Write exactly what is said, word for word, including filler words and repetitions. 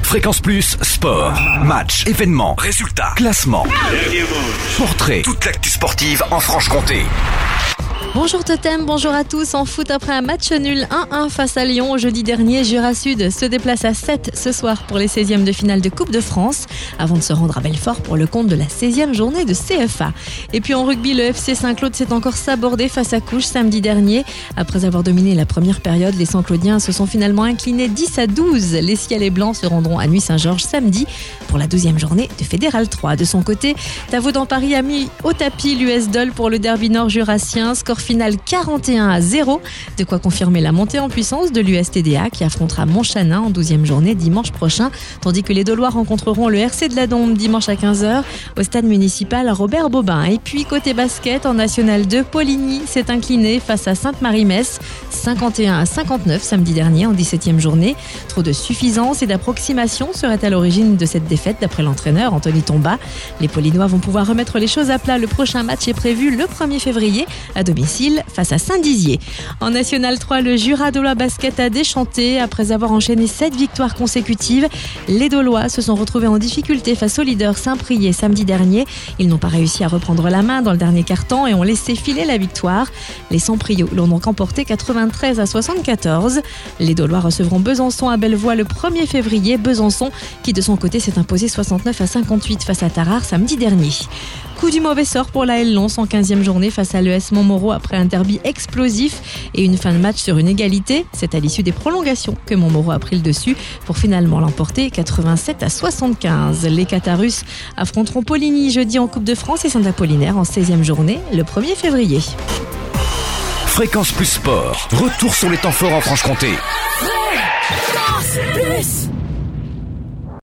Fréquence Plus, sport, match, événements, résultats, classement, portrait, toute l'actu sportive en Franche-Comté. Bonjour Totem, bonjour à tous. En foot, après un match nul un un face à Lyon jeudi dernier, Jura Sud se déplace à Sète ce soir pour les seizièmes de finale de Coupe de France, avant de se rendre à Belfort pour le compte de la seizième journée de C F A. Et puis en rugby, le F C Saint-Claude s'est encore sabordé face à Couche samedi dernier. Après avoir dominé la première période, les Saint-Claudiens se sont finalement inclinés dix à douze. Les Ciels et Blancs se rendront à Nuit-Saint-Georges samedi pour la douzième journée de Fédéral trois. De son côté, Tavaux Paris a mis au tapis l'U S Dol pour le derby nord-jurassien. Score final quarante et un à zéro. De quoi confirmer la montée en puissance de l'U S T D A qui affrontera Montchanin en douzième journée dimanche prochain, tandis que les Dolois rencontreront le R C de la Dombe dimanche à quinze heures au stade municipal Robert Bobin. Et puis côté basket, en National deux, Poligny s'est incliné face à Sainte-Marie-Metz cinquante et un à cinquante-neuf samedi dernier en dix-septième journée. Trop de suffisance et d'approximation seraient à l'origine de cette défaite d'après l'entraîneur Anthony Tomba. Les Polinois vont pouvoir remettre les choses à plat. Le prochain match est prévu le premier février à domicile face à Saint-Dizier. En National trois, le Jura Dolois Basket a déchanté. Après avoir enchaîné sept victoires consécutives, les Dolois se sont retrouvés en difficulté face au leader Saint-Priest samedi dernier. Ils n'ont pas réussi à reprendre la main dans le dernier quart-temps et ont laissé filer la victoire. Les Saint-Priest l'ont donc emporté quatre-vingt-treize à soixante-quatorze. Les Dolois recevront Besançon à Bellevoie le premier février. Besançon qui de son côté s'est imposé soixante-neuf à cinquante-huit face à Tarare samedi dernier. Coup du mauvais sort pour l'A L Lons en quinzième journée face à l'E S Montmoreau après un derby explosif et une fin de match sur une égalité. C'est à l'issue des prolongations que Montmoreau a pris le dessus pour finalement l'emporter quatre-vingt-sept à soixante-quinze. Les Catarus affronteront Poligny jeudi en Coupe de France et Saint-Apollinaire en seizième journée le premier février. Fréquence Plus sport, retour sur les temps forts en Franche-Comté. Fréquence Plus.